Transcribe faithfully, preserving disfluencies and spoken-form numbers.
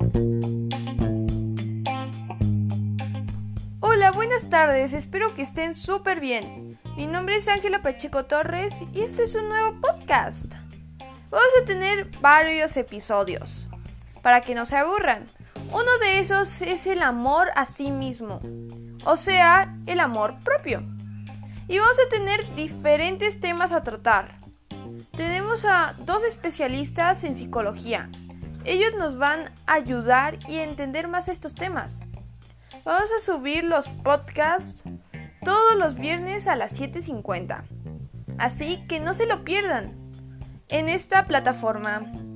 Hola, buenas tardes, espero que estén súper bien. Mi nombre es Ángela Pacheco Torres y este es un nuevo podcast. Vamos a tener varios episodios para que no se aburran. Uno de esos es el amor a sí mismo, o sea, el amor propio. Y vamos a tener diferentes temas a tratar. Tenemos a dos especialistas en psicología. Ellos nos van a ayudar y a entender más estos temas. Vamos a subir los podcasts todos los viernes a las siete cincuenta. Así que no se lo pierdan en esta plataforma.